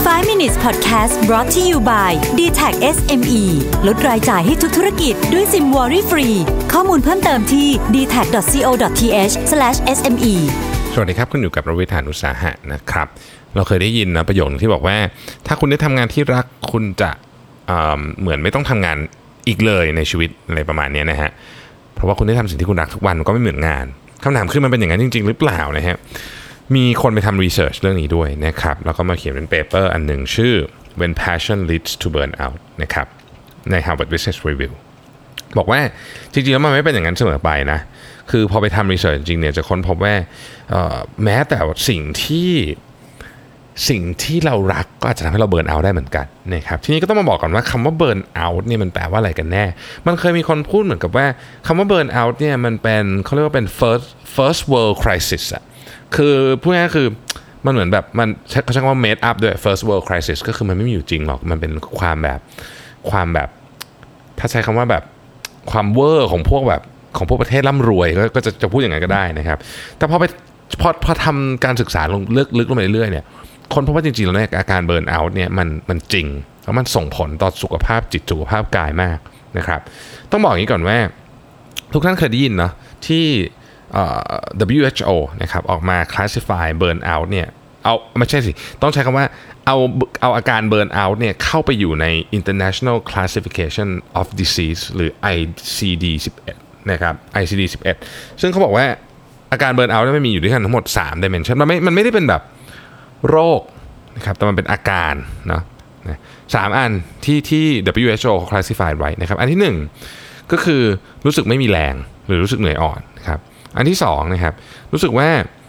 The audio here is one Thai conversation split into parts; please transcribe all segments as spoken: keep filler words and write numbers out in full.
ไฟว์ minutes podcast brought to you by ดี ที เอ ซี เอส เอ็ม อี ลดรายจ่ายให้ทุกธุรกิจด้วยซิมวอรี่ฟรีข้อมูลเพิ่มเติมที่ ดี ที เอ ซี ดอท ซี โอ ดอท ที เอช สแลช เอส เอ็ม อีสวัสดีครับคุณอยู่กับรวิธานอุตสาหะนะครับเราเคยได้ยินนะประโยคที่บอกว่าถ้าคุณได้ทำงานที่รักคุณจะเอ่อเหมือนไม่ต้องทำงานอีกเลยในชีวิตอะไรประมาณนี้นะฮะเพราะว่าคุณได้ทำสิ่งที่คุณรักทุกวันก็ไม่เหมือนงานคำถามคือมันเป็นอย่างนั้นจริงๆหรือเปล่านะฮะมีคนไปทำรีเสิร์ชเรื่องนี้ด้วยนะครับแล้วก็มาเขียนเป็นเปเปอร์อันหนึ่งชื่อ When Passion Leads to Burnout นะครับใน Harvard Business Review บอกว่าจริงๆแล้วมันไม่เป็นอย่างนั้นเสมอไปนะคือพอไปทำรีเสิร์ชจริงๆเนี่ยจะค้นพบว่าแม้แต่สิ่งที่สิ่งที่เรารักก็อาจจะทำให้เราเบิร์นเอาท์ได้เหมือนกันนะครับทีนี้ก็ต้องมาบอกก่อนว่าคำว่าเบิร์นเอาท์เนี่ยมันแปลว่าอะไรกันแน่มันเคยมีคนพูดเหมือนกับว่าคำว่าเบิร์นเอาท์เนี่ยมันเป็นเขาเรียกว่าเป็น first first world crisis อะคือพูดง่ายๆคือมันเหมือนแบบมันเขาใช้คำว่า made up ด้วย first world crisis ก็คือมันไม่มีอยู่จริงหรอกมันเป็นความแบบความแบบถ้าใช้คำว่าแบบความเวอร์ของพวกแบบของพวกประเทศร่ำรวยก็จะจะพูดอย่างนั้นก็ได้นะครับแต่พอไปพอพอทำการศึกษาลงลึกลึกลงไปเรื่อยๆเนี่ยคนพบว่าจริงๆแล้วเนี่ยอาการเบิร์นเอาท์เนี่ยมันมันจริงแล้วมันส่งผลต่อสุขภาพจิตสุขภาพกายมากนะครับต้องบอกอย่างนี้ก่อนว่าทุกท่านเคยได้ยินเนาะที่ ดับเบิลยู เอช โอ นะครับออกมา classify burn out เนี่ยเอาไม่ใช่สิต้องใช้คำว่าเอาเอาอาการเบิร์นเอาท์เนี่ยเข้าไปอยู่ใน International Classification of Disease หรือ ไอ ซี ดี สิบเอ็ดนะครับ ไอ ซี ดี สิบเอ็ดซึ่งเขาบอกว่าอาการเบิร์นเอาท์มันมีอยู่ด้วยกันทั้งหมดสาม dimension มันไม่มันไม่ได้เป็นแบบโรคนะครับแต่มันเป็นอาการเนาะสามอันที่ที่ ดับเบิลยู เอช โอ เขา classify ไว้นะครับอันที่หนึ่งก็คือรู้สึกไม่มีแรงหรือรู้สึกเหนื่อยอ่อนนะครับอันที่สองนะครับรู้สึกว่า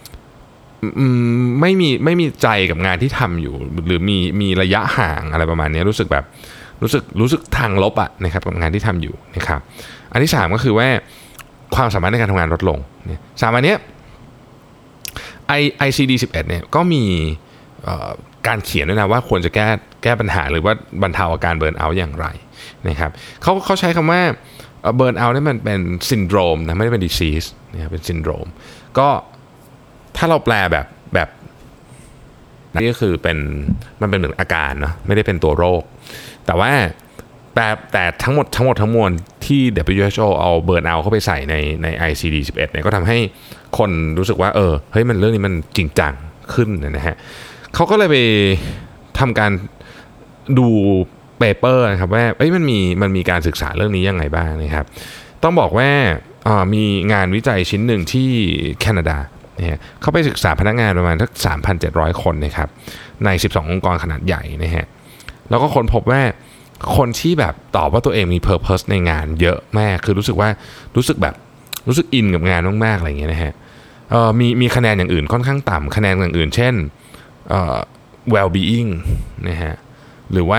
ไม่มีไม่มีใจกับงานที่ทำอยู่หรือมีมีระยะห่างอะไรประมาณนี้รู้สึกแบบรู้สึกรู้สึกทางลบอะนะครับกับงานที่ทำอยู่นะครับอันที่สามก็คือว่าความสามารถในการทำงานลดลงเนี่ยสามอันเนี้ย ไอ ซี ดี สิบเอ็ดเนี่ยก็มีการเขียนด้วยนะว่าควรจะแก้แก้ปัญหาหรือว่าบรรเทาอาการเบิร์นเอาท์อย่างไรนะครับเขาเขาใช้คำว่าเบิร์นเอาท์นี่มันเป็นซินโดรมนะไม่ได้เป็นดิซีสนะครับเป็นซินโดรมก็ถ้าเราแปลแบบแบบนี่ก็คือเป็นมันเป็นเหมือนอาการเนาะไม่ได้เป็นตัวโรคแต่ว่าแต่แต่ทั้งหมดทั้งหมดทั้งมวลที่ ดับเบิลยู เอช โอ เอาเบิร์นเอาท์เข้าไปใส่ในใน ไอ ซี ดี สิบเอ็ดเนี่ยก็ทำให้คนรู้สึกว่าเออเฮ้ยมันเรื่องนี้มันจริงจังขึ้นนะฮะเขาก็เลยไปทำการดูเปเปอร์นะครับว่าเอ้ยมันมีมันมีการศึกษาเรื่องนี้ยังไงบ้างนะครับต้องบอกว่ามีงานวิจัยชิ้นหนึ่งที่แคนาดาเนี่ยเขาไปศึกษาพนักงานประมาณสัก สามพันเจ็ดร้อย คนนะครับในสิบสององค์กรขนาดใหญ่นะฮะแล้วก็ค้นพบว่าคนที่แบบตอบว่าตัวเองมี purpose ในงานเยอะมากคือรู้สึกว่ารู้สึกแบบรู้สึกอินกับงานมากๆอะไรอย่างเงี้ยนะฮะเอ่อมีมีคะแนนอย่างอื่นค่อนข้างต่ำคะแนนอย่างอื่นเช่นเอ่อ well being นะฮะหรือว่า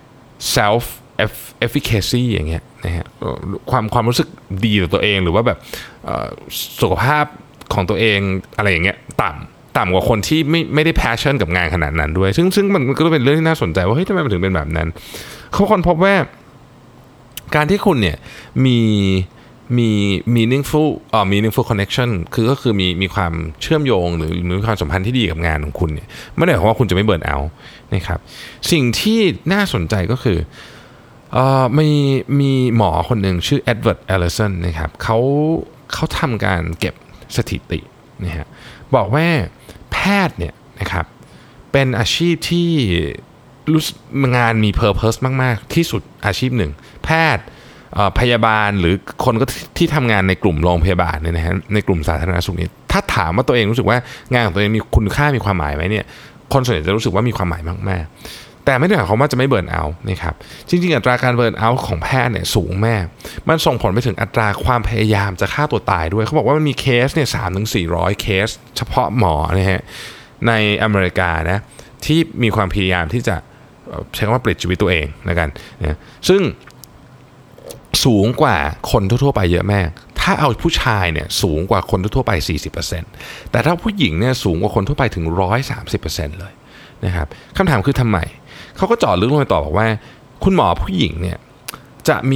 self efficacy อย่างเงี้ยนะฮะความความรู้สึกดีต่อตัวเองหรือว่าแบบสุขภาพของตัวเองอะไรอย่างเงี้ยต่ำต่ำกว่าคนที่ไม่ไม่ได้ passion กับงานขนาดนั้นด้วยซึ่งซึ่งมันก็เป็นเรื่องที่น่าสนใจว่าเฮ้ยทำไมมันถึงเป็นแบบนั้นเขาค้นพบว่าการที่คุณเนี่ยมีมี meaningful อ่า meaningful connection คือก็คือมีมีความเชื่อมโยงหรือมีความสัมพันธ์ที่ดีกับงานของคุณเนี่ยไม่ได้หมายความว่าคุณจะไม่เบิร์นเอาท์นะครับสิ่งที่น่าสนใจก็คือเอ่อมีมีหมอคนหนึ่งชื่อเอ็ดเวิร์ดแอลเลสันนะครับเขาเขาทำการเก็บสถิตินะฮะบอกว่าแพทย์เนี่ยนะครับเป็นอาชีพที่รู้งานมี purpose มากๆที่สุดอาชีพหนึ่งแพทย์พยาบาลหรือคนก็ที่ทำงานในกลุ่มโรงพยาบาลเนี่ยนะฮะในกลุ่มสาธารณสุขนี้ถ้าถามว่าตัวเองรู้สึกว่างานของตัวเองมีคุณค่ามีความหมายไหมเนี่ยคนส่วนใหญ่จะรู้สึกว่ามีความหมายมากๆแต่ไม่ได้หมายความว่าจะไม่เบิร์นเอาท์นะครับจริงๆอัตราการเบิร์นเอาท์ของแพทย์เนี่ยสูงมากมันส่งผลไปถึงอัตราความพยายามจะฆ่าตัวตายด้วยเขาบอกว่ามันมีเคสเนี่ยสามถึงสี่ร้อยเคสเฉพาะหมอนะฮะในอเมริกานะที่มีความพยายามที่จะใช้คำว่าปลิดชีวิตตัวเองนะกันนะซึ่งสูงกว่าคนทั่วๆไปเยอะมากถ้าเอาผู้ชายเนี่ยสูงกว่าคนทั่วๆไป สี่สิบเปอร์เซ็นต์ แต่ถ้าผู้หญิงเนี่ยสูงกว่าคนทั่วไปถึง หนึ่งร้อยสามสิบเปอร์เซ็นต์ เลยนะครับคำถามคือทำไมเขาก็เจาะลึกลงไปต่อบอกว่าคุณหมอผู้หญิงเนี่ยจะมี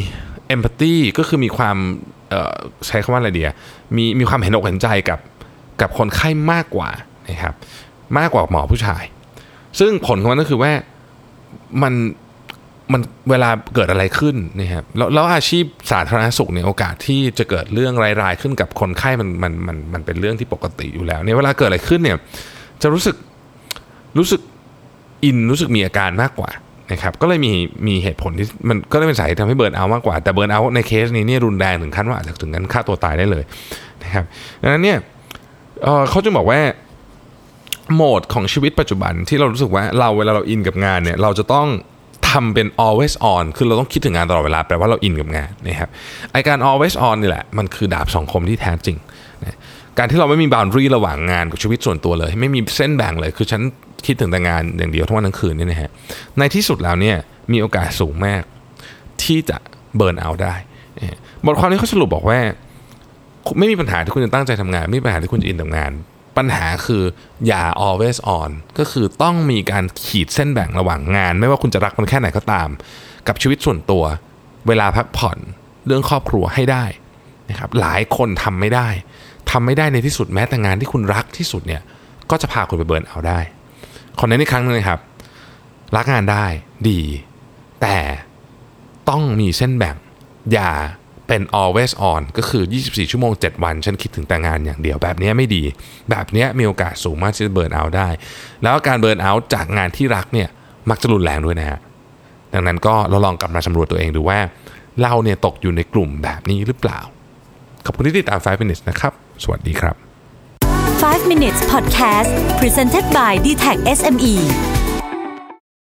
empathy ก็คือมีความใช้คำว่าอะไรเดียมีมีความเห็นอกเห็นใจกับกับคนไข้มากกว่านะครับมากกว่าหมอผู้ชายซึ่งผลของมันก็คือว่ามันมันเวลาเกิดอะไรขึ้นนะครับแล้วแล้วอาชีพสาธารณสุขเนี่ยโอกาสที่จะเกิดเรื่องร้ายๆขึ้นกับคนไข้มันมันมันมันเป็นเรื่องที่ปกติอยู่แล้วเนี่ยเวลาเกิดอะไรขึ้นเนี่ยจะรู้สึกรู้สึกอินรู้สึกมีอาการมากกว่านะครับก็เลยมีมีเหตุผลที่มันก็เลยเป็นสาเหตุทำให้เบิร์นเอาท์มากกว่าแต่เบิร์นเอาท์ในเคสนี้เนี่ยรุนแรงถึงขั้นว่าอาจจะถึงขั้นฆ่าตัวตายได้เลยนะครับดังนั้นเนี่ยเอ่อเขาจึงบอกว่าโหมดของชีวิตปัจจุบันที่เรารู้สึกว่าเราเวลาเราอินกับงานเนี่ยเราจะต้องทำเป็น always on คือเราต้องคิดถึงงานตลอดเวลาแปลว่าเราอินกับงานนะครับไอการ always on นี่แหละมันคือดาบสองคมที่แท้จริงนะการที่เราไม่มี boundary ระหว่างงานกับชีวิตส่วนตัวเลยไม่มีเส้นแบ่งเลยคือฉันคิดถึงแต่งานอย่างเดียวทั้งวันทั้งคืนนี่นะฮะในที่สุดแล้วเนี่ยมีโอกาสสูงมากที่จะเบิร์นเอาท์ได้บทความนี้เขาสรุปบอกว่าไม่มีปัญหาที่คุณจะตั้งใจทำงานไม่มีปัญหาที่คุณจะอินกับงานปัญหาคืออย่า always on ก็คือต้องมีการขีดเส้นแบ่งระหว่างงานไม่ว่าคุณจะรักมันแค่ไหนก็ตามกับชีวิตส่วนตัวเวลาพักผ่อนเรื่องครอบครัวให้ได้นะครับหลายคนทำไม่ได้ทำไม่ได้ในที่สุดแม้แต่งานที่คุณรักที่สุดเนี่ยก็จะพาคุณไปเบิร์นเอาท์ได้ขอเน้นอีกครั้งนึงนะครับรักงานได้ดีแต่ต้องมีเส้นแบ่งอย่าเป็น always on ก็คือยี่สิบสี่ชั่วโมงเจ็ดวันฉันคิดถึงแต่งานอย่างเดียวแบบนี้ไม่ดีแบบนี้มีโอกาสสูงมากที่จะเบิร์นเอาท์ได้แล้วการเบิร์นเอาท์จากงานที่รักเนี่ยมักจะรุนแรงด้วยนะฮะดังนั้นก็เราลองกลับมาสำรวจตัวเองดูว่าเราเนี่ยตกอยู่ในกลุ่มแบบนี้หรือเปล่าขอบคุณที่ติดตามไฟว์ minutes นะครับสวัสดีครับไฟว์ minutes podcast presented by ดี ที เอ ซี เอส เอ็ม อี